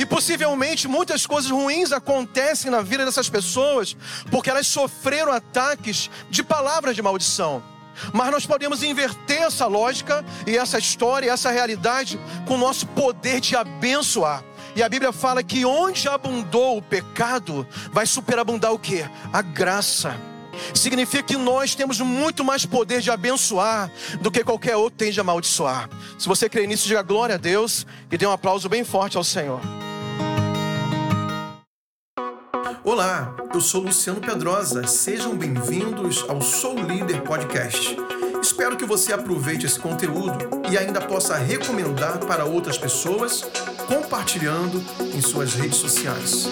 E possivelmente muitas coisas ruins acontecem na vida dessas pessoas porque elas sofreram ataques de palavras de maldição. Mas nós podemos inverter essa lógica e essa história, essa realidade com o nosso poder de abençoar. E a Bíblia fala que onde abundou o pecado, vai superabundar o quê? A graça. Significa que nós temos muito mais poder de abençoar do que qualquer outro tem de amaldiçoar. Se você crê nisso, diga glória a Deus e dê um aplauso bem forte ao Senhor. Olá, eu sou Luciano Pedrosa. Sejam bem-vindos ao Sou Líder Podcast. Espero que você aproveite esse conteúdo e ainda possa recomendar para outras pessoas, compartilhando em suas redes sociais.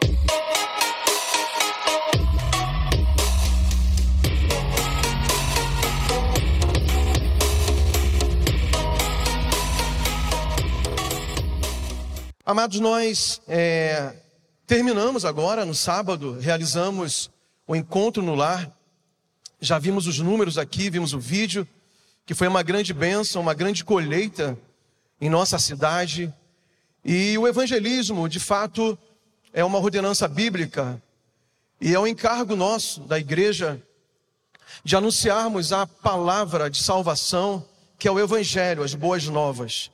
Amados, nós terminamos agora, no sábado, realizamos o encontro no lar. Já vimos os números aqui, vimos o vídeo, que foi uma grande bênção, uma grande colheita em nossa cidade. E o evangelismo, de fato, é uma ordenança bíblica e é um encargo nosso, da igreja, de anunciarmos a palavra de salvação, que é o evangelho, as boas novas.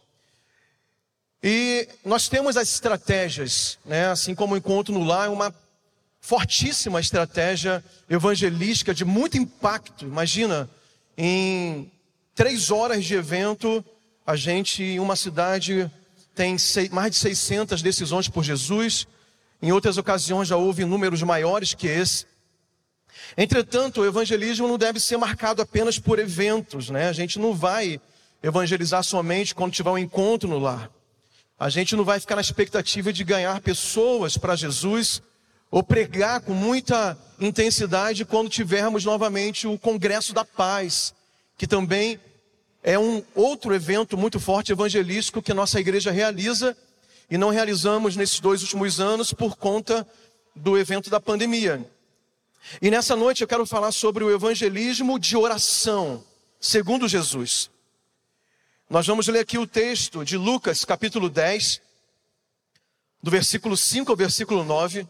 E nós temos as estratégias, assim como o encontro no lar é uma fortíssima estratégia evangelística de muito impacto. Imagina, em 3 horas de evento, a gente em uma cidade tem mais de 600 decisões por Jesus. Em outras ocasiões já houve números maiores que esse. Entretanto, o evangelismo não deve ser marcado apenas por eventos, A gente não vai evangelizar somente quando tiver um encontro no lar. A gente não vai ficar na expectativa de ganhar pessoas para Jesus ou pregar com muita intensidade quando tivermos novamente o Congresso da Paz, que também é um outro evento muito forte evangelístico que a nossa igreja realiza e não realizamos nesses 2 últimos anos por conta do evento da pandemia. E nessa noite eu quero falar sobre o evangelismo de oração, segundo Jesus. Nós vamos ler aqui o texto de Lucas, capítulo 10, do versículo 5 ao versículo 9.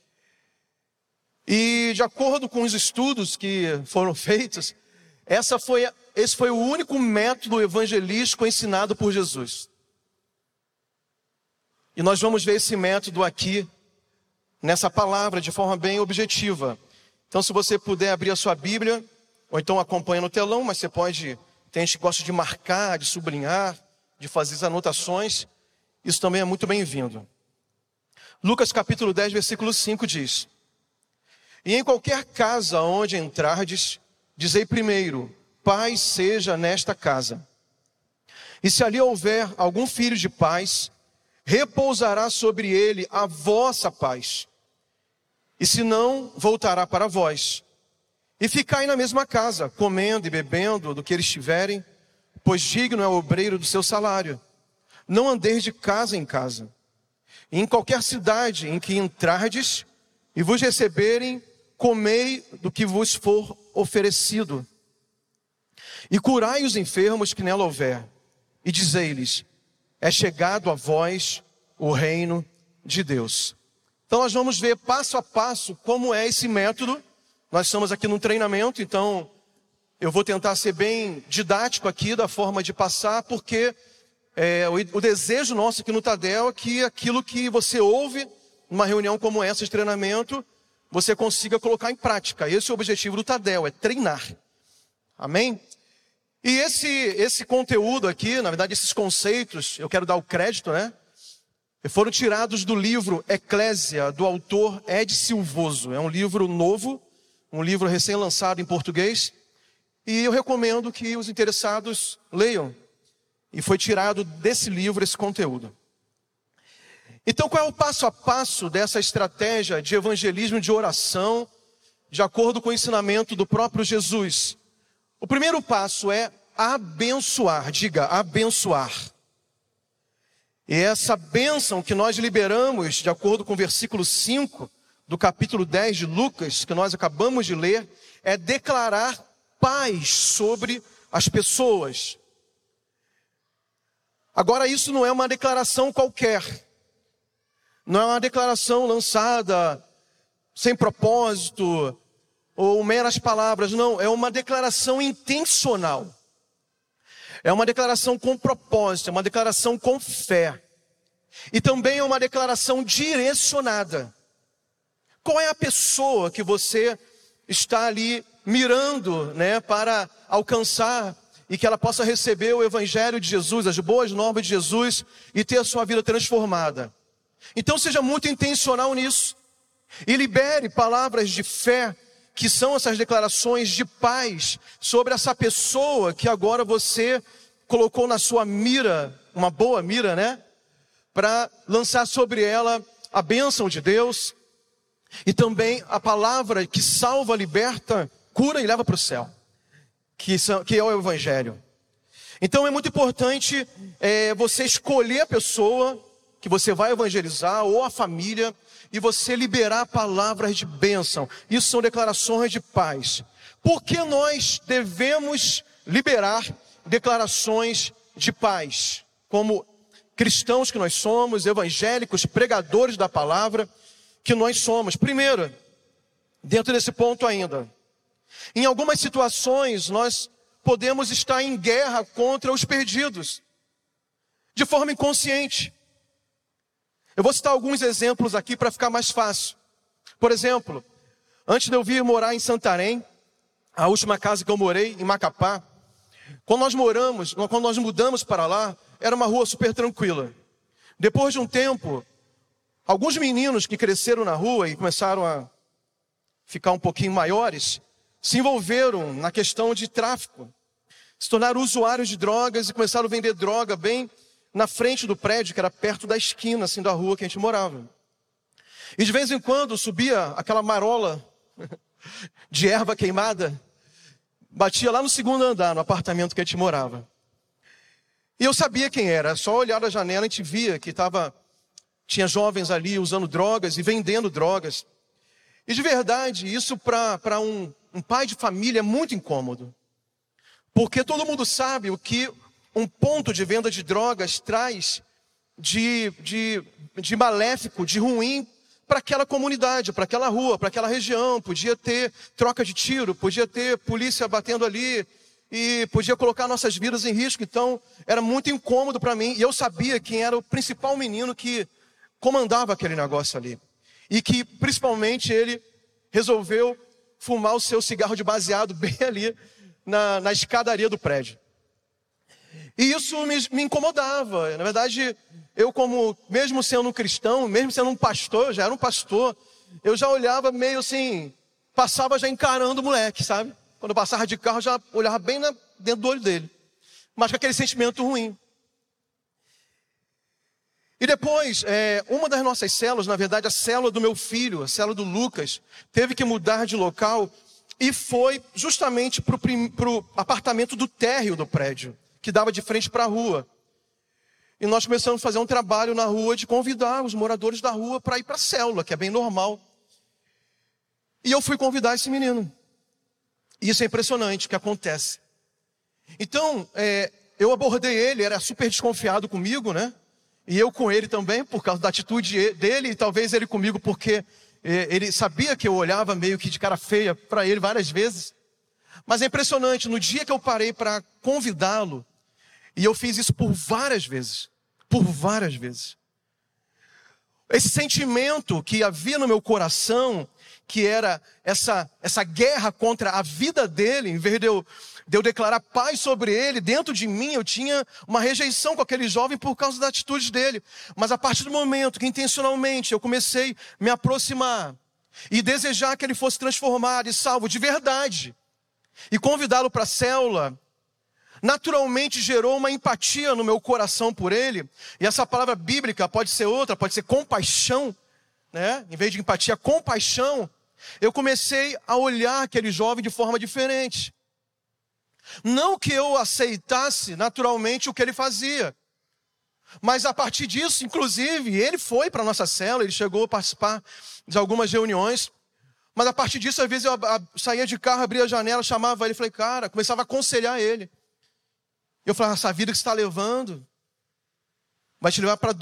E de acordo com os estudos que foram feitos, esse foi o único método evangelístico ensinado por Jesus. E nós vamos ver esse método aqui, nessa palavra, de forma bem objetiva. Então, se você puder abrir a sua Bíblia, ou então acompanha no telão, mas você pode... Tem gente que gosta de marcar, de sublinhar, de fazer as anotações. Isso também é muito bem-vindo. Lucas capítulo 10, versículo 5 diz: E em qualquer casa onde entrardes, dizei primeiro, paz seja nesta casa. E se ali houver algum filho de paz, repousará sobre ele a vossa paz. E se não, voltará para vós. E ficai na mesma casa, comendo e bebendo do que eles tiverem, pois digno é o obreiro do seu salário. Não andeis de casa em casa. E em qualquer cidade em que entrardes e vos receberem, comei do que vos for oferecido. E curai os enfermos que nela houver. E dizei-lhes, é chegado a vós o reino de Deus. Então nós vamos ver passo a passo como é esse método. Nós estamos aqui num treinamento, então eu vou tentar ser bem didático aqui da forma de passar, porque o desejo nosso aqui no Tadel é que aquilo que você ouve numa reunião como essa de treinamento, você consiga colocar em prática. Esse é o objetivo do Tadel, é treinar. Amém? E esse conteúdo aqui, na verdade esses conceitos, eu quero dar o crédito, foram tirados do livro Eclésia, do autor Ed Silvoso. É um livro novo, um livro recém-lançado em português, e eu recomendo que os interessados leiam. E foi tirado desse livro esse conteúdo. Então, qual é o passo a passo dessa estratégia de evangelismo de oração, de acordo com o ensinamento do próprio Jesus? O primeiro passo é abençoar, diga, abençoar. E essa bênção que nós liberamos, de acordo com o versículo 5, do capítulo 10 de Lucas, que nós acabamos de ler, é declarar paz sobre as pessoas. Agora, isso não é uma declaração qualquer. Não é uma declaração lançada sem propósito ou meras palavras. Não, é uma declaração intencional. É uma declaração com propósito, é uma declaração com fé. E também é uma declaração direcionada. Qual é a pessoa que você está ali mirando, né, para alcançar e que ela possa receber o Evangelho de Jesus, as boas novas de Jesus e ter a sua vida transformada? Então seja muito intencional nisso e libere palavras de fé, que são essas declarações de paz sobre essa pessoa que agora você colocou na sua mira, uma boa mira, né? Para lançar sobre ela a bênção de Deus e também a palavra que salva, liberta, cura e leva para o céu, que é o Evangelho. Então é muito importante você escolher a pessoa que você vai evangelizar ou a família e você liberar palavras de bênção. Isso são declarações de paz. Por que nós devemos liberar declarações de paz? Como cristãos que nós somos, evangélicos, pregadores da palavra que nós somos. Primeiro, dentro desse ponto ainda, em algumas situações nós podemos estar em guerra contra os perdidos, de forma inconsciente. Eu vou citar alguns exemplos aqui para ficar mais fácil. Por exemplo, antes de eu vir morar em Santarém, a última casa que eu morei, em Macapá, quando nós mudamos para lá, era uma rua super tranquila. Depois de um tempo, alguns meninos que cresceram na rua e começaram a ficar um pouquinho maiores, se envolveram na questão de tráfico. Se tornaram usuários de drogas e começaram a vender droga bem na frente do prédio, que era perto da esquina, assim, da rua que a gente morava. E de vez em quando subia aquela marola de erva queimada, batia lá no segundo andar, no apartamento que a gente morava. E eu sabia quem era, só olhar da janela a gente via que tinha jovens ali usando drogas e vendendo drogas. E de verdade, isso para um pai de família é muito incômodo. Porque todo mundo sabe o que um ponto de venda de drogas traz de maléfico, de ruim para aquela comunidade, para aquela rua, para aquela região. Podia ter troca de tiro, podia ter polícia batendo ali e podia colocar nossas vidas em risco. Então era muito incômodo para mim e eu sabia quem era o principal menino que comandava aquele negócio ali e que principalmente ele resolveu fumar o seu cigarro de baseado bem ali na escadaria do prédio. E isso me incomodava. Na verdade, eu mesmo sendo um cristão, mesmo sendo um pastor, eu já era um pastor, eu já olhava meio assim, passava já encarando o moleque, sabe? Quando eu passava de carro, eu já olhava bem dentro do olho dele. Mas com aquele sentimento ruim. E depois, uma das nossas células, na verdade a célula do meu filho, a célula do Lucas, teve que mudar de local e foi justamente para o apartamento do térreo do prédio, que dava de frente para a rua. E nós começamos a fazer um trabalho na rua de convidar os moradores da rua para ir para a célula, que é bem normal. E eu fui convidar esse menino. E isso é impressionante o que acontece. Então, eu abordei ele, era super desconfiado comigo, né? E eu com ele também, por causa da atitude dele, e talvez ele comigo porque ele sabia que eu olhava meio que de cara feia para ele várias vezes. Mas é impressionante, no dia que eu parei para convidá-lo, e eu fiz isso por várias vezes, esse sentimento que havia no meu coração, que era essa guerra contra a vida dele, em vez de eu declarar paz sobre ele, dentro de mim eu tinha uma rejeição com aquele jovem por causa da atitude dele. Mas a partir do momento que intencionalmente eu comecei a me aproximar e desejar que ele fosse transformado e salvo de verdade, e convidá-lo para a célula, naturalmente gerou uma empatia no meu coração por ele. E essa palavra bíblica pode ser outra, pode ser compaixão, né? Em vez de empatia, compaixão. Eu comecei a olhar aquele jovem de forma diferente. Não que eu aceitasse naturalmente o que ele fazia, mas a partir disso, inclusive, ele foi para a nossa célula, ele chegou a participar de algumas reuniões. Mas a partir disso, às vezes eu saía de carro, abria a janela, chamava ele, falei, cara, começava a aconselhar ele. Eu falava, essa vida que você está levando vai te levar para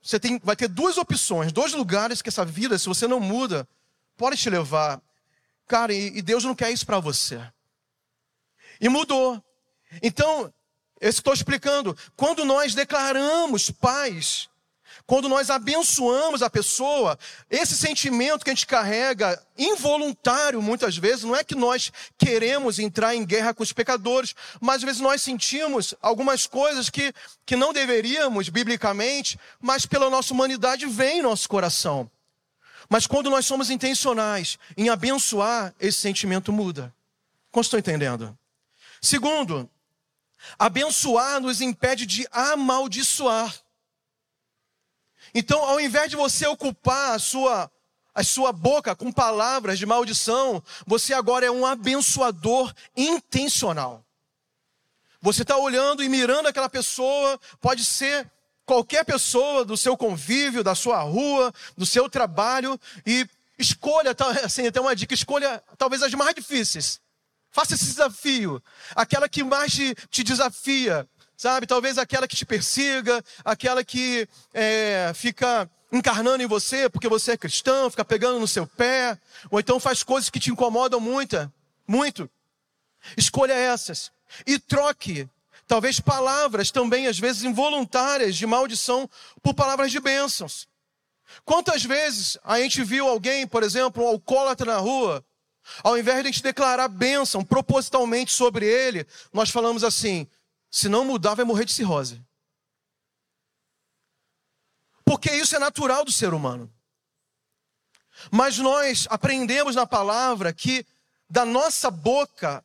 vai ter duas opções, dois lugares que essa vida, se você não muda, pode te levar. Cara, e Deus não quer isso para você. E mudou. Então, eu estou explicando, quando nós declaramos paz, quando nós abençoamos a pessoa, esse sentimento que a gente carrega, involuntário muitas vezes, não é que nós queremos entrar em guerra com os pecadores, mas às vezes nós sentimos algumas coisas que não deveríamos, biblicamente, mas pela nossa humanidade vem em nosso coração. Mas quando nós somos intencionais em abençoar, esse sentimento muda. Como estou entendendo? Segundo, abençoar nos impede de amaldiçoar. Então, ao invés de você ocupar a sua boca com palavras de maldição, você agora é um abençoador intencional. Você está olhando e mirando aquela pessoa, pode ser qualquer pessoa do seu convívio, da sua rua, do seu trabalho, e escolha, assim, até uma dica, escolha talvez as mais difíceis. Faça esse desafio, aquela que mais te desafia, sabe? Talvez aquela que te persiga, aquela que fica encarnando em você porque você é cristão, fica pegando no seu pé, ou então faz coisas que te incomodam muito. Escolha essas e troque, talvez palavras também, às vezes involuntárias, de maldição, por palavras de bênçãos. Quantas vezes a gente viu alguém, por exemplo, um alcoólatra na rua, ao invés de a gente declarar bênção propositalmente sobre ele, nós falamos assim: se não mudar, vai morrer de cirrose. Porque isso é natural do ser humano. Mas nós aprendemos na palavra que da nossa boca,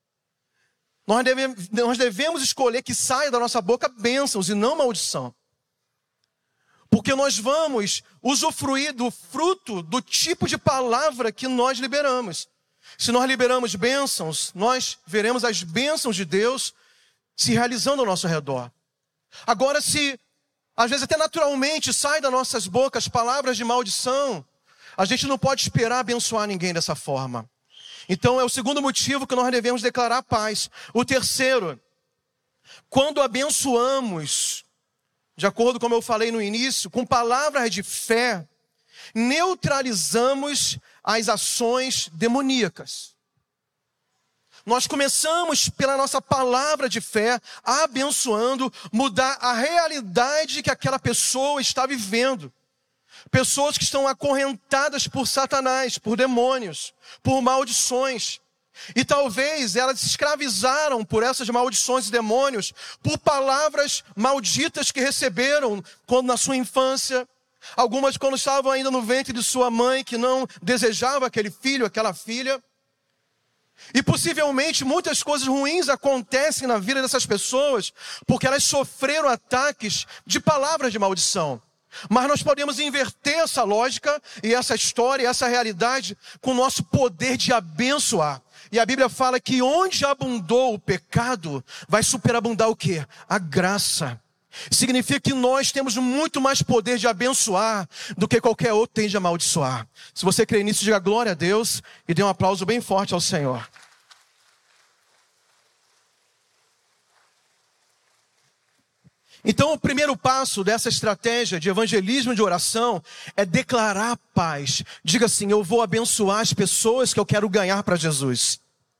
nós devemos escolher que saia da nossa boca bênçãos e não maldição. Porque nós vamos usufruir do fruto do tipo de palavra que nós liberamos. Se nós liberamos bênçãos, nós veremos as bênçãos de Deus se realizando ao nosso redor. Agora, se às vezes até naturalmente sai das nossas bocas palavras de maldição, a gente não pode esperar abençoar ninguém dessa forma. Então é o segundo motivo que nós devemos declarar paz. O terceiro, quando abençoamos, de acordo com como eu falei no início, com palavras de fé, neutralizamos as ações demoníacas. Nós começamos pela nossa palavra de fé, abençoando, mudar a realidade que aquela pessoa está vivendo. Pessoas que estão acorrentadas por Satanás, por demônios, por maldições. E talvez elas se escravizaram por essas maldições e demônios, por palavras malditas que receberam quando na sua infância. Algumas quando estavam ainda no ventre de sua mãe, que não desejava aquele filho, aquela filha. E possivelmente muitas coisas ruins acontecem na vida dessas pessoas, porque elas sofreram ataques de palavras de maldição. Mas nós podemos inverter essa lógica e essa história, essa realidade, com o nosso poder de abençoar. E a Bíblia fala que onde abundou o pecado, vai superabundar o quê? A graça. Significa que nós temos muito mais poder de abençoar do que qualquer outro tem de amaldiçoar. Se você crê nisso, diga glória a Deus e dê um aplauso bem forte ao Senhor. Então o primeiro passo dessa estratégia de evangelismo e de oração é declarar paz. Diga assim: eu vou abençoar as pessoas que eu quero ganhar para Jesus.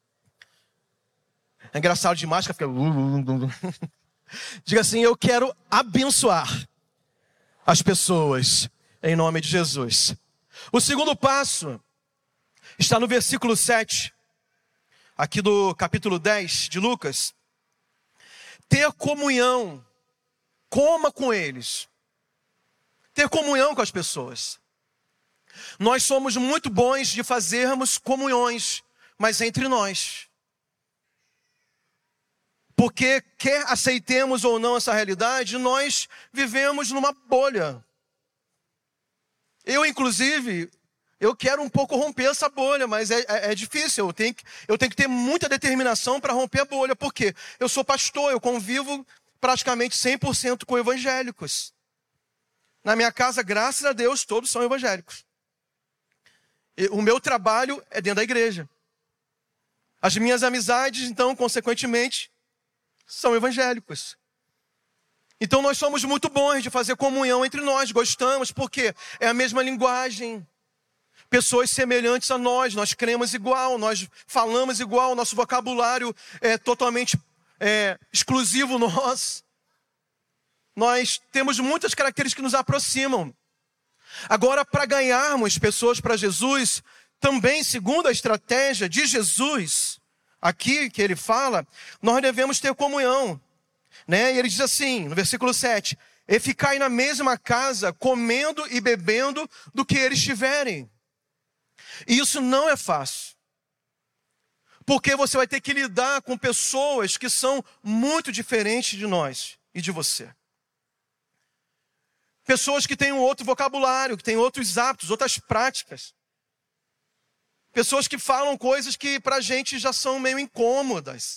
É engraçado de máscara, fica... Diga assim: eu quero abençoar as pessoas em nome de Jesus. O segundo passo está no versículo 7, aqui do capítulo 10 de Lucas. Ter comunhão, coma com eles. Ter comunhão com as pessoas. Nós somos muito bons de fazermos comunhões, mas entre nós. Porque quer aceitemos ou não essa realidade, nós vivemos numa bolha. Eu, inclusive, eu quero um pouco romper essa bolha, mas é difícil. Eu tenho que ter muita determinação para romper a bolha. Por quê? Eu sou pastor, eu convivo praticamente 100% com evangélicos. Na minha casa, graças a Deus, todos são evangélicos. O meu trabalho é dentro da igreja. As minhas amizades, então, consequentemente, são evangélicos. Então nós somos muito bons de fazer comunhão entre nós, gostamos, porque é a mesma linguagem. Pessoas semelhantes a nós cremos igual, nós falamos igual, nosso vocabulário é totalmente exclusivo nosso. Nós temos muitas características que nos aproximam. Agora, para ganharmos pessoas para Jesus, também segundo a estratégia de Jesus, aqui que ele fala, nós devemos ter comunhão. Né? E ele diz assim, no versículo 7, e ficai na mesma casa, comendo e bebendo do que eles tiverem. E isso não é fácil. Porque você vai ter que lidar com pessoas que são muito diferentes de nós e de você. Pessoas que têm um outro vocabulário, que têm outros hábitos, outras práticas. Pessoas que falam coisas que para a gente já são meio incômodas.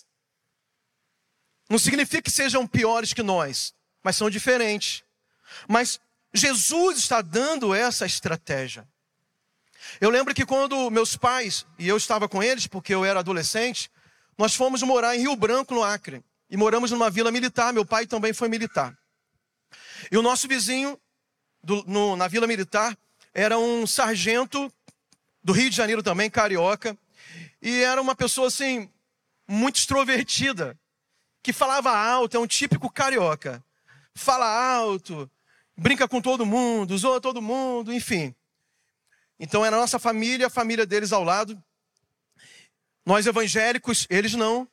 Não significa que sejam piores que nós, mas são diferentes. Mas Jesus está dando essa estratégia. Eu lembro que quando meus pais, e eu estava com eles porque eu era adolescente, nós fomos morar em Rio Branco, no Acre. E moramos numa vila militar, meu pai também foi militar. E o nosso vizinho na vila militar era um sargento do Rio de Janeiro também, carioca. E era uma pessoa assim, muito extrovertida, que falava alto, é um típico carioca. Fala alto, brinca com todo mundo, zoa todo mundo, enfim. Então era a nossa família, a família deles ao lado. Nós evangélicos, eles não.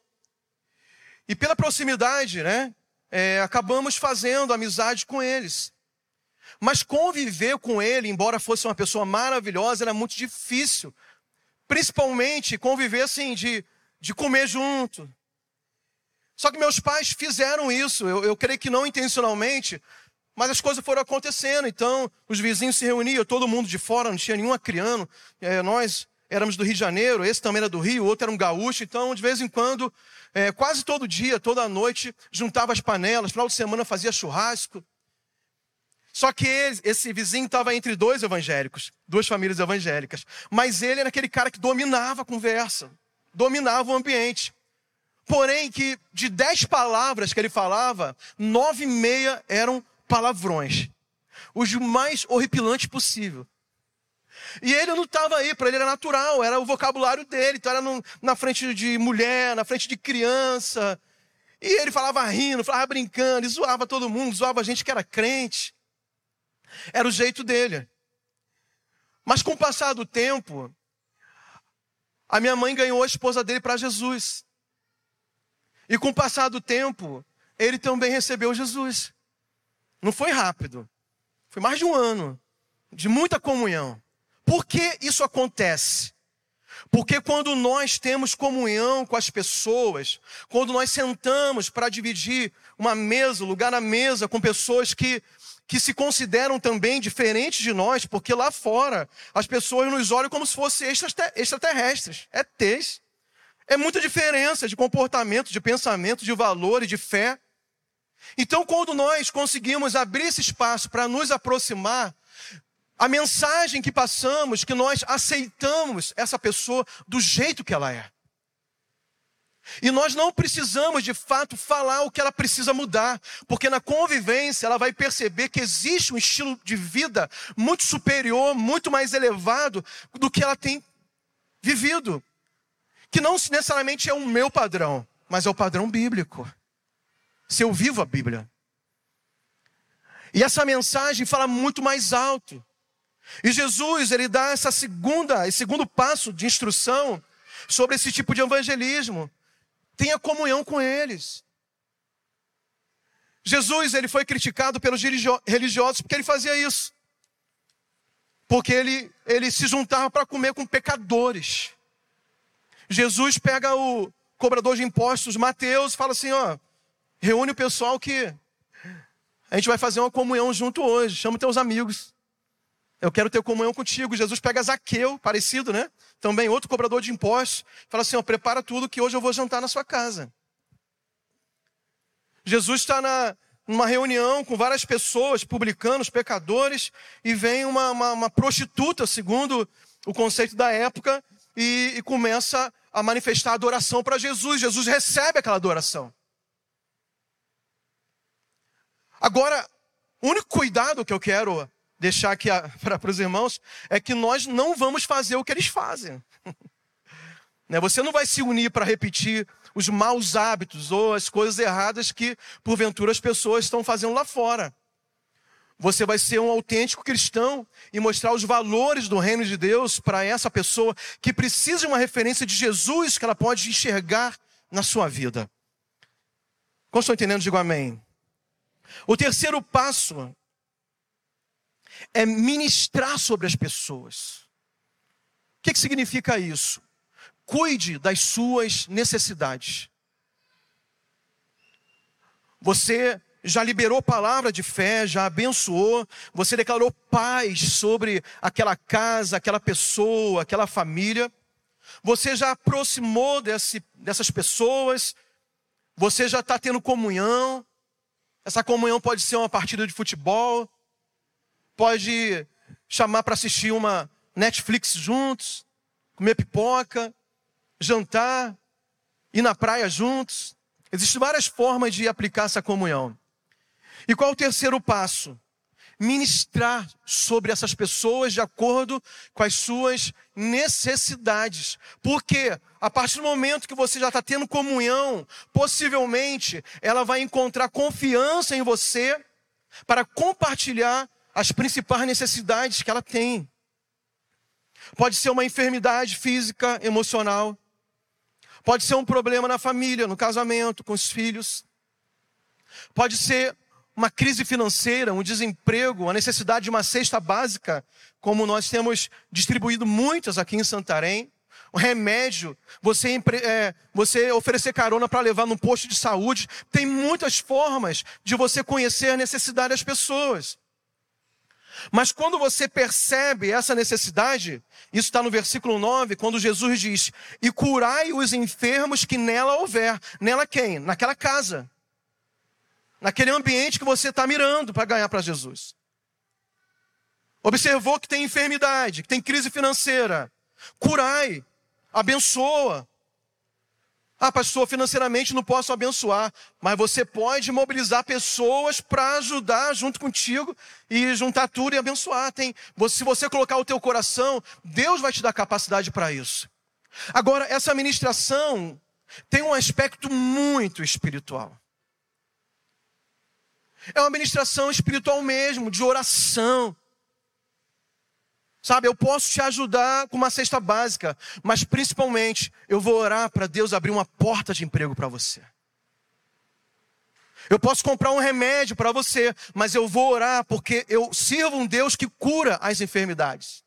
E pela proximidade, né, acabamos fazendo amizade com eles. Mas conviver com ele, embora fosse uma pessoa maravilhosa, era muito difícil. Principalmente conviver assim, de comer junto. Só que meus pais fizeram isso, eu creio que não intencionalmente, mas as coisas foram acontecendo. Então, os vizinhos se reuniam, todo mundo de fora, não tinha nenhum acriano. Nós éramos do Rio de Janeiro, esse também era do Rio, o outro era um gaúcho. Então, de vez em quando, quase todo dia, toda noite, juntava as panelas, final de semana fazia churrasco. Só que esse vizinho estava entre dois evangélicos, duas famílias evangélicas. Mas ele era aquele cara que dominava a conversa, dominava o ambiente. Porém, que de 10 palavras que ele falava, 9,5 eram palavrões. Os mais horripilantes possível. E ele não estava aí, para ele era natural, era o vocabulário dele. Então era na frente de mulher, na frente de criança. E ele falava rindo, falava brincando, e zoava todo mundo, zoava a gente que era crente. Era o jeito dele. Mas com o passar do tempo, a minha mãe ganhou a esposa dele para Jesus. E com o passar do tempo, ele também recebeu Jesus. Não foi rápido. Foi mais de um ano de muita comunhão. Por que isso acontece? Porque quando nós temos comunhão com as pessoas, quando nós sentamos para dividir uma mesa, lugar na mesa com pessoas que se consideram também diferentes de nós, porque lá fora as pessoas nos olham como se fossem extraterrestres, ETs. É muita diferença de comportamento, de pensamento, de valor e de fé. Então, quando nós conseguimos abrir esse espaço para nos aproximar, a mensagem que passamos, que nós aceitamos essa pessoa do jeito que ela é. E nós não precisamos, de fato, falar o que ela precisa mudar, porque na convivência ela vai perceber que existe um estilo de vida muito superior, muito mais elevado do que ela tem vivido. Que não necessariamente é o meu padrão, mas é o padrão bíblico. Se eu vivo a Bíblia. E essa mensagem fala muito mais alto. E Jesus, ele dá esse segundo passo de instrução sobre esse tipo de evangelismo. Tenha comunhão com eles. Jesus, ele foi criticado pelos religiosos porque ele fazia isso. Porque ele se juntava para comer com pecadores. Jesus pega o cobrador de impostos, Mateus, e fala assim, reúne o pessoal que a gente vai fazer uma comunhão junto hoje, chama teus amigos. Eu quero ter comunhão contigo. Jesus pega Zaqueu, parecido, né? Também outro cobrador de impostos, fala assim, prepara tudo que hoje eu vou jantar na sua casa. Jesus está numa reunião com várias pessoas, publicanos, pecadores, e vem uma prostituta, segundo o conceito da época, e começa a manifestar adoração para Jesus. Jesus recebe aquela adoração. Agora, o único cuidado que eu quero deixar aqui para os irmãos é que nós não vamos fazer o que eles fazem. Você não vai se unir para repetir os maus hábitos ou as coisas erradas que, porventura, as pessoas estão fazendo lá fora. Você vai ser um autêntico cristão e mostrar os valores do reino de Deus para essa pessoa que precisa de uma referência de Jesus que ela pode enxergar na sua vida. Como estão entendendo? Digo amém. O terceiro passo é ministrar sobre as pessoas. O que significa isso? Cuide das suas necessidades. Você já liberou palavra de fé, já abençoou, você declarou paz sobre aquela casa, aquela pessoa, aquela família. Você já aproximou dessas pessoas, você já está tendo comunhão. Essa comunhão pode ser uma partida de futebol, pode chamar para assistir uma Netflix juntos, comer pipoca, jantar, ir na praia juntos. Existem várias formas de aplicar essa comunhão. E qual é o terceiro passo? Ministrar sobre essas pessoas de acordo com as suas necessidades. Porque a partir do momento que você já está tendo comunhão, possivelmente ela vai encontrar confiança em você para compartilhar as principais necessidades que ela tem. Pode ser uma enfermidade física, emocional. Pode ser um problema na família, no casamento, com os filhos. Pode ser uma crise financeira, um desemprego, a necessidade de uma cesta básica, como nós temos distribuído muitas aqui em Santarém. Um remédio, você oferecer carona para levar num posto de saúde. Tem muitas formas de você conhecer a necessidade das pessoas. Mas quando você percebe essa necessidade, isso está no versículo 9, quando Jesus diz: e curai os enfermos que nela houver. Nela quem? Naquela casa. Naquele ambiente que você está mirando para ganhar para Jesus. Observou que tem enfermidade, que tem crise financeira. Curai, abençoa. Ah, pastor, financeiramente não posso abençoar. Mas você pode mobilizar pessoas para ajudar junto contigo e juntar tudo e abençoar. Se você colocar o teu coração, Deus vai te dar capacidade para isso. Agora, essa ministração tem um aspecto muito espiritual. É uma ministração espiritual mesmo, de oração. Sabe, eu posso te ajudar com uma cesta básica, mas principalmente eu vou orar para Deus abrir uma porta de emprego para você. Eu posso comprar um remédio para você, mas eu vou orar porque eu sirvo um Deus que cura as enfermidades.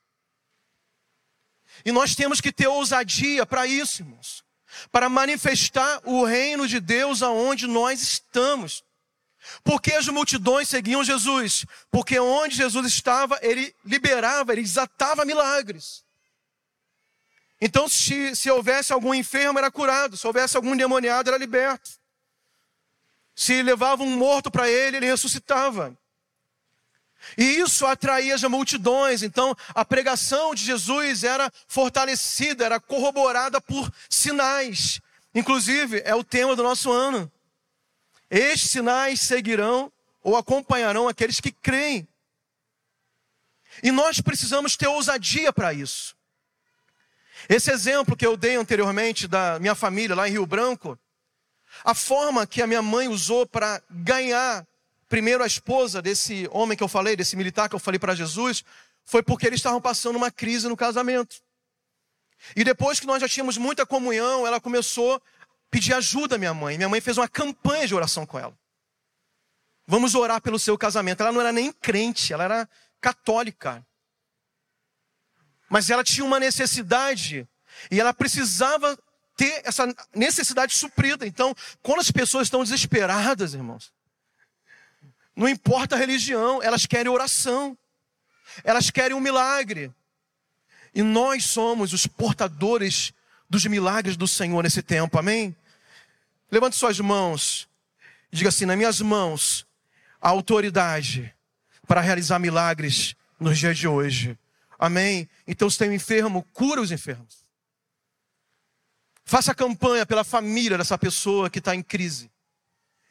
E nós temos que ter ousadia para isso, irmãos. Para manifestar o reino de Deus aonde nós estamos. Porque as multidões seguiam Jesus? Porque onde Jesus estava, ele liberava, ele desatava milagres. Então, se houvesse algum enfermo, era curado. Se houvesse algum endemoniado, era liberto. Se levava um morto para ele, ele ressuscitava. E isso atraía as multidões. Então, a pregação de Jesus era fortalecida, era corroborada por sinais. Inclusive, é o tema do nosso ano. Estes sinais seguirão ou acompanharão aqueles que creem. E nós precisamos ter ousadia para isso. Esse exemplo que eu dei anteriormente da minha família lá em Rio Branco, a forma que a minha mãe usou para ganhar primeiro a esposa desse homem que eu falei, desse militar que eu falei para Jesus, foi porque eles estavam passando uma crise no casamento. E depois que nós já tínhamos muita comunhão, ela começou a pedir ajuda à minha mãe. Minha mãe fez uma campanha de oração com ela. Vamos orar pelo seu casamento. Ela não era nem crente, ela era católica. Mas ela tinha uma necessidade e ela precisava ter essa necessidade suprida. Então, quando as pessoas estão desesperadas, irmãos, não importa a religião, elas querem oração. Elas querem um milagre. E nós somos os portadores dos milagres do Senhor nesse tempo, amém? Levante suas mãos e diga assim: nas minhas mãos a autoridade para realizar milagres nos dias de hoje, amém? Então, se tem um enfermo, cura os enfermos. Faça campanha pela família dessa pessoa que está em crise.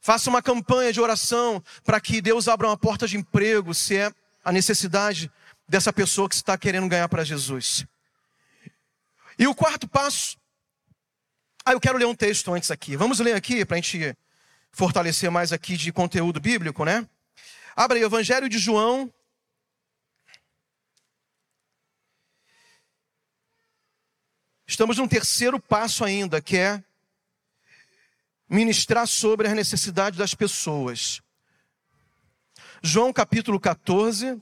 Faça uma campanha de oração para que Deus abra uma porta de emprego, se é a necessidade dessa pessoa que está querendo ganhar para Jesus. E o quarto passo... eu quero ler um texto antes aqui. Vamos ler aqui para a gente fortalecer mais aqui de conteúdo bíblico, né? Abra aí o Evangelho de João. Estamos num terceiro passo ainda, que é ministrar sobre as necessidades das pessoas. João capítulo 14,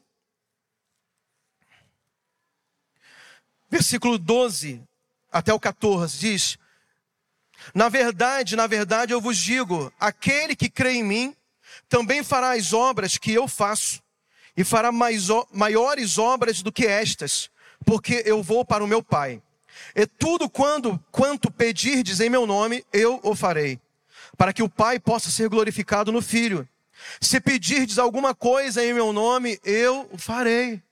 versículo 12 até o 14, diz: na verdade, eu vos digo, aquele que crê em mim, também fará as obras que eu faço, e fará maiores obras do que estas, porque eu vou para o meu Pai. E tudo quanto pedirdes em meu nome, eu o farei, para que o Pai possa ser glorificado no Filho. Se pedirdes alguma coisa em meu nome, eu o farei.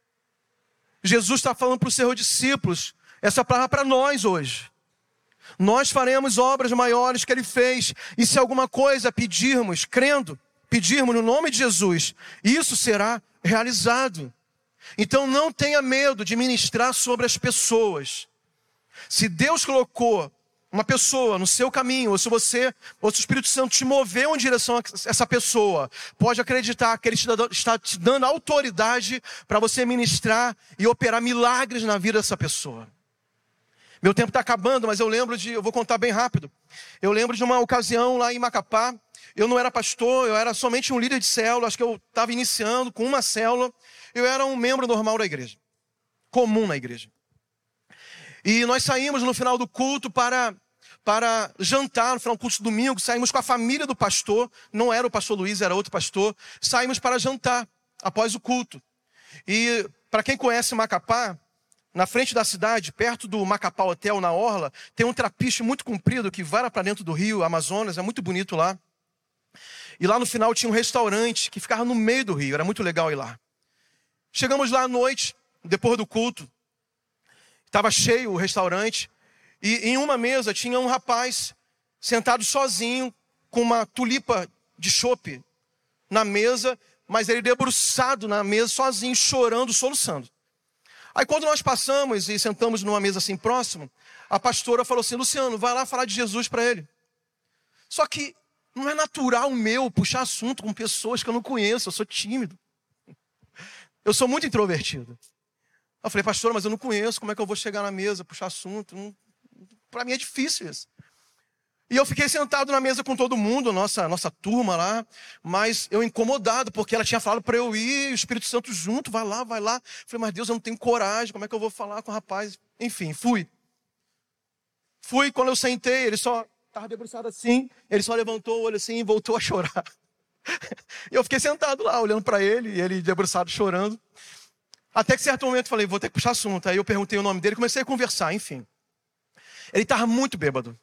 Jesus está falando para os seus discípulos, essa palavra para nós hoje. Nós faremos obras maiores que Ele fez, e se alguma coisa pedirmos, crendo, pedirmos no nome de Jesus, isso será realizado. Então não tenha medo de ministrar sobre as pessoas. Se Deus colocou uma pessoa no seu caminho, ou se você, ou se o Espírito Santo te moveu em direção a essa pessoa, pode acreditar que Ele está te dando autoridade para você ministrar e operar milagres na vida dessa pessoa. Meu tempo está acabando, mas eu vou contar bem rápido. Eu lembro de uma ocasião lá em Macapá. Eu não era pastor, eu era somente um líder de célula. Acho que eu estava iniciando com uma célula. Eu era um membro normal da igreja, comum na igreja. E nós saímos no final do culto para jantar, no final do culto de domingo. Saímos com a família do pastor. Não era o pastor Luiz, era outro pastor. Saímos para jantar após o culto. E para quem conhece Macapá, na frente da cidade, perto do Macapá Hotel, na orla, tem um trapiche muito comprido que vai para dentro do rio Amazonas, é muito bonito lá. E lá no final tinha um restaurante que ficava no meio do rio, era muito legal ir lá. Chegamos lá à noite, depois do culto, estava cheio o restaurante, e em uma mesa tinha um rapaz sentado sozinho, com uma tulipa de chope na mesa, mas ele debruçado na mesa, sozinho, chorando, soluçando. Aí quando nós passamos e sentamos numa mesa assim próximo, a pastora falou assim: Luciano, vai lá falar de Jesus para ele. Só que não é natural meu puxar assunto com pessoas que eu não conheço, eu sou tímido. Eu sou muito introvertido. Eu falei: pastora, mas eu não conheço, como é que eu vou chegar na mesa, puxar assunto? Para mim é difícil isso. E eu fiquei sentado na mesa com todo mundo, nossa turma lá, mas eu incomodado, porque ela tinha falado para eu ir, o Espírito Santo junto, vai lá. Falei: mas Deus, eu não tenho coragem, como é que eu vou falar com o rapaz? Enfim, fui. Quando eu sentei, ele só estava debruçado assim, ele só levantou o olho assim e voltou a chorar. E eu fiquei sentado lá, olhando para ele, e ele debruçado chorando. Até que certo momento eu falei: vou ter que puxar assunto. Aí eu perguntei o nome dele, comecei a conversar, enfim. Ele estava muito bêbado.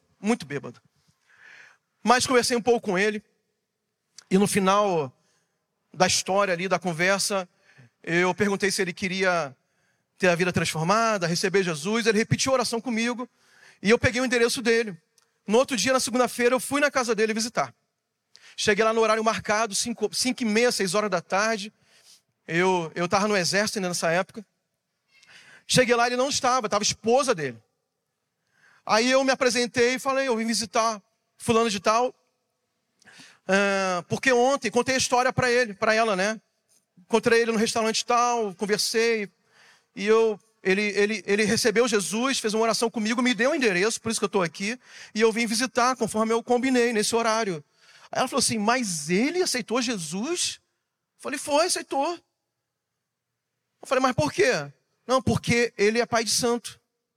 Mas conversei um pouco com ele, e no final da história ali, da conversa, eu perguntei se ele queria ter a vida transformada, receber Jesus. Ele repetiu a oração comigo, e eu peguei o endereço dele. No outro dia, na segunda-feira, eu fui na casa dele visitar. Cheguei lá no horário marcado, 5h30, 6 horas da tarde. Eu estava no exército ainda nessa época. Cheguei lá, ele não estava a esposa dele. Aí eu me apresentei e falei: eu vim visitar fulano de tal, porque ontem contei a história para ela, né? Encontrei ele no restaurante tal, conversei, e ele recebeu Jesus, fez uma oração comigo, me deu o endereço, por isso que eu estou aqui, e eu vim visitar, conforme eu combinei, nesse horário. Aí ela falou assim: mas ele aceitou Jesus? Eu falei: foi, aceitou. Eu falei: mas por quê? Não, porque ele é pai de santo.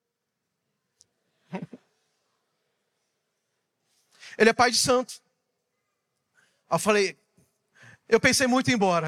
Ele é pai de santo. Aí eu falei, eu pensei muito em ir embora.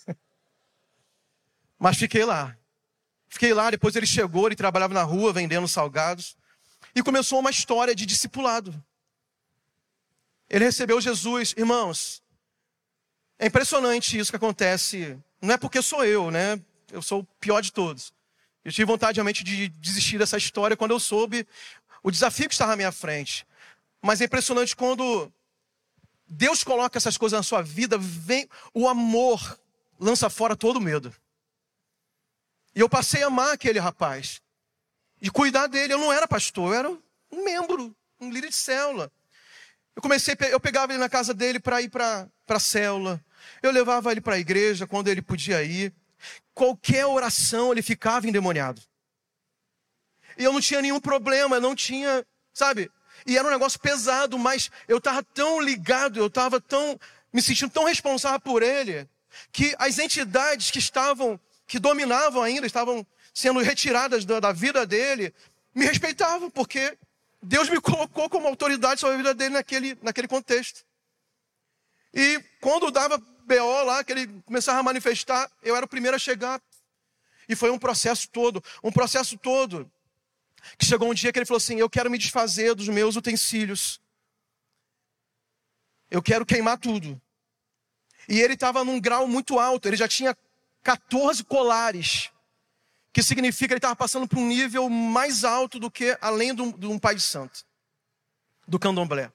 Mas fiquei lá. Depois ele chegou, ele trabalhava na rua vendendo salgados. E começou uma história de discipulado. Ele recebeu Jesus. Irmãos, é impressionante isso que acontece. Não é porque sou eu, né? Eu sou o pior de todos. Eu tive vontade realmente de desistir dessa história quando eu soube o desafio que estava à minha frente. Mas é impressionante quando Deus coloca essas coisas na sua vida, vem o amor, lança fora todo o medo. E eu passei a amar aquele rapaz. E cuidar dele. Eu não era pastor, eu era um membro, um líder de célula. Eu pegava ele na casa dele para ir para a célula. Eu levava ele para a igreja quando ele podia ir. Qualquer oração ele ficava endemoniado. E eu não tinha nenhum problema, eu não tinha, sabe? E era um negócio pesado, mas eu estava tão ligado, eu estava me sentindo tão responsável por ele, que as entidades que dominavam ainda, estavam sendo retiradas da vida dele, me respeitavam, porque Deus me colocou como autoridade sobre a vida dele naquele contexto. E quando dava BO lá, que ele começava a manifestar, eu era o primeiro a chegar. E foi um processo todo, que chegou um dia que ele falou assim: eu quero me desfazer dos meus utensílios. Eu quero queimar tudo. E ele estava num grau muito alto, ele já tinha 14 colares, que significa que ele estava passando para um nível mais alto do que além de um pai de santo, do candomblé.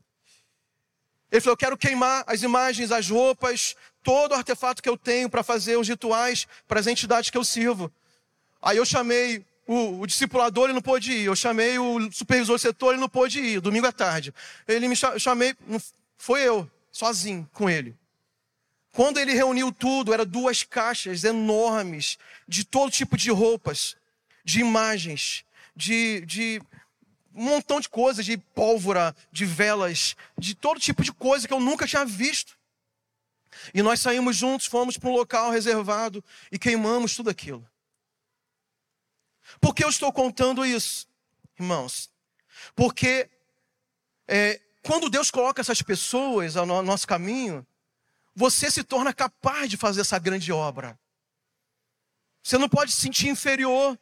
Ele falou: eu quero queimar as imagens, as roupas, todo o artefato que eu tenho para fazer os rituais para as entidades que eu sirvo. Aí eu chamei o discipulador, ele não pôde ir. Eu chamei o supervisor do setor, ele não pôde ir, domingo à tarde. Chamei, foi eu, sozinho, com ele. Quando ele reuniu tudo, eram 2 caixas enormes, de todo tipo de roupas, de imagens, de um montão de coisas, de pólvora, de velas, de todo tipo de coisa que eu nunca tinha visto. E nós saímos juntos, fomos para um local reservado e queimamos tudo aquilo. Por que eu estou contando isso, irmãos? Porque quando Deus coloca essas pessoas ao nosso caminho, você se torna capaz de fazer essa grande obra. Você não pode se sentir inferior,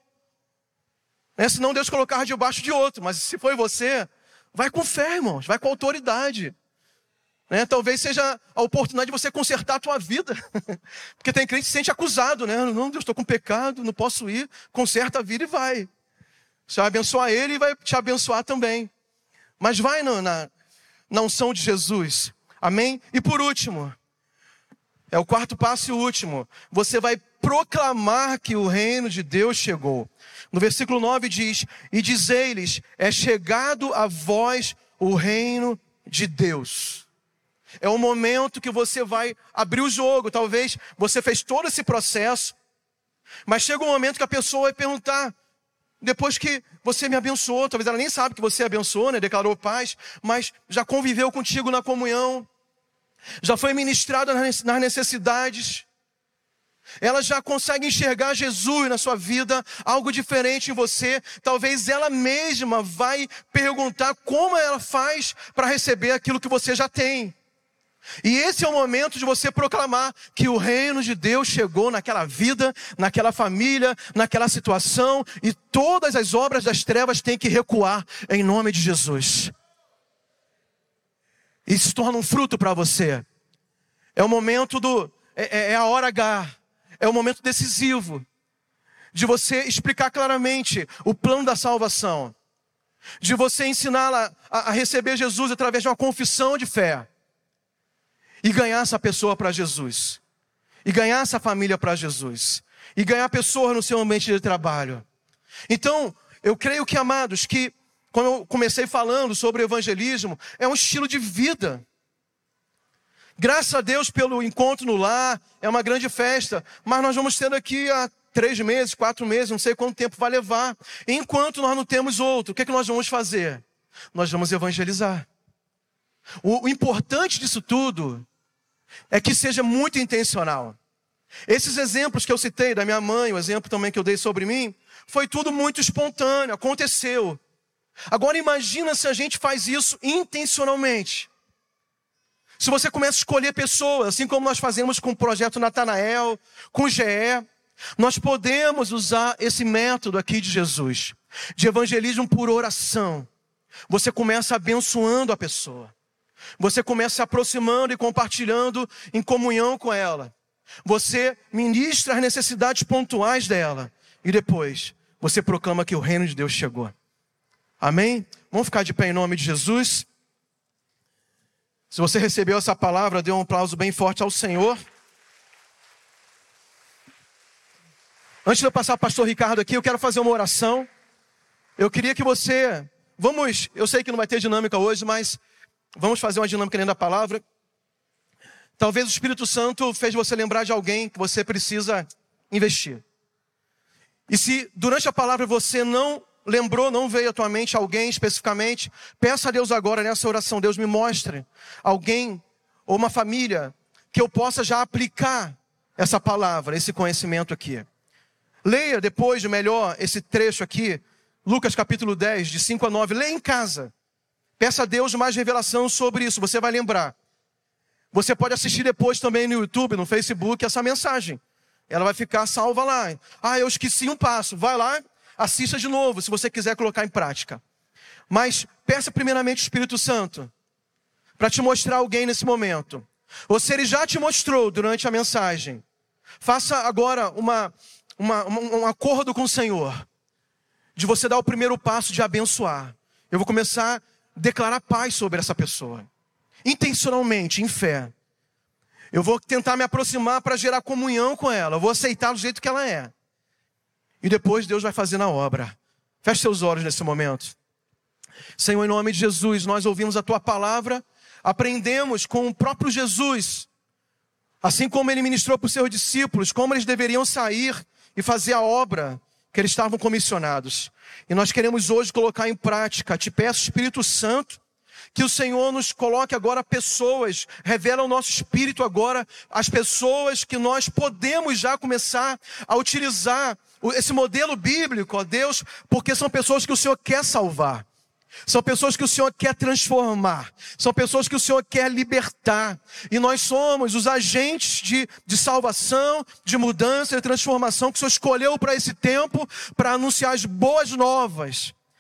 senão Deus colocar debaixo de outro. Mas se foi você, vai com fé, irmãos, vai com autoridade. Talvez seja a oportunidade de você consertar a tua vida. Porque tem crente que se sente acusado, Não, Deus, estou com pecado, não posso ir. Conserta a vida e vai. Você vai abençoar ele e vai te abençoar também. Mas vai na unção de Jesus. Amém? E por último, é o 4º passo e o último. Você vai proclamar que o reino de Deus chegou. No versículo 9 diz: e dizei-lhes, é chegado a vós o reino de Deus. É o momento que você vai abrir o jogo. Talvez você fez todo esse processo, mas chega um momento que a pessoa vai perguntar: depois que você me abençoou, talvez ela nem sabe que você abençoou, declarou paz, mas já conviveu contigo na comunhão, já foi ministrada nas necessidades, ela já consegue enxergar Jesus na sua vida, algo diferente em você. Talvez ela mesma vai perguntar como ela faz para receber aquilo que você já tem. E esse é o momento de você proclamar que o reino de Deus chegou naquela vida, naquela família, naquela situação, e todas as obras das trevas têm que recuar em nome de Jesus. E se torna um fruto para você. É o momento é a hora H, é o momento decisivo de você explicar claramente o plano da salvação, de você ensiná-la a receber Jesus através de uma confissão de fé. E ganhar essa pessoa para Jesus. E ganhar essa família para Jesus. E ganhar pessoas no seu ambiente de trabalho. Então, eu creio que, amados, que quando eu comecei falando sobre o evangelismo, é um estilo de vida. Graças a Deus pelo encontro no lar, é uma grande festa. Mas nós vamos ter daqui a 3 meses, 4 meses, não sei quanto tempo vai levar. Enquanto nós não temos outro, o que nós vamos fazer? Nós vamos evangelizar. O importante disso tudo é que seja muito intencional. Esses exemplos que eu citei da minha mãe, o exemplo também que eu dei sobre mim, foi tudo muito espontâneo, aconteceu. Agora imagina se a gente faz isso intencionalmente. Se você começa a escolher pessoas, assim como nós fazemos com o projeto Natanael, com o GE, nós podemos usar esse método aqui de Jesus, de evangelismo por oração. Você começa abençoando a pessoa. Você começa se aproximando e compartilhando em comunhão com ela. Você ministra as necessidades pontuais dela. E depois, você proclama que o reino de Deus chegou. Amém? Vamos ficar de pé em nome de Jesus? Se você recebeu essa palavra, dê um aplauso bem forte ao Senhor. Antes de eu passar para o pastor Ricardo aqui, eu quero fazer uma oração. Eu queria que você... eu sei que não vai ter dinâmica hoje, mas vamos fazer uma dinâmica dentro da palavra. Talvez o Espírito Santo fez você lembrar de alguém que você precisa investir. E se durante a palavra você não lembrou, não veio à tua mente alguém especificamente, peça a Deus agora nessa oração: Deus, me mostre alguém ou uma família que eu possa já aplicar essa palavra, esse conhecimento aqui. Leia depois de melhor esse trecho aqui, Lucas capítulo 10, de 5 a 9. Leia em casa. Peça a Deus mais revelação sobre isso, você vai lembrar. Você pode assistir depois também no YouTube, no Facebook, essa mensagem. Ela vai ficar salva lá. Eu esqueci um passo. Vai lá, assista de novo, se você quiser colocar em prática. Mas peça primeiramente o Espírito Santo para te mostrar alguém nesse momento. Ou se ele já te mostrou durante a mensagem, faça agora um acordo com o Senhor, de você dar o primeiro passo de abençoar. Eu vou começar a declarar paz sobre essa pessoa. Intencionalmente, em fé. Eu vou tentar me aproximar para gerar comunhão com ela. Eu vou aceitar do jeito que ela é. E depois Deus vai fazer na obra. Feche seus olhos nesse momento. Senhor, em nome de Jesus, nós ouvimos a Tua palavra, aprendemos com o próprio Jesus, assim como Ele ministrou para os seus discípulos, como eles deveriam sair e fazer a obra que eles estavam comissionados. E nós queremos hoje colocar em prática. Te peço, Espírito Santo, que o Senhor nos coloque agora pessoas, revela o nosso espírito agora, as pessoas que nós podemos já começar a utilizar esse modelo bíblico, ó Deus, porque são pessoas que o Senhor quer salvar. São pessoas que o Senhor quer transformar. São pessoas que o Senhor quer libertar. E nós somos os agentes de salvação, de mudança, de transformação que o Senhor escolheu para esse tempo, para anunciar as boas novas.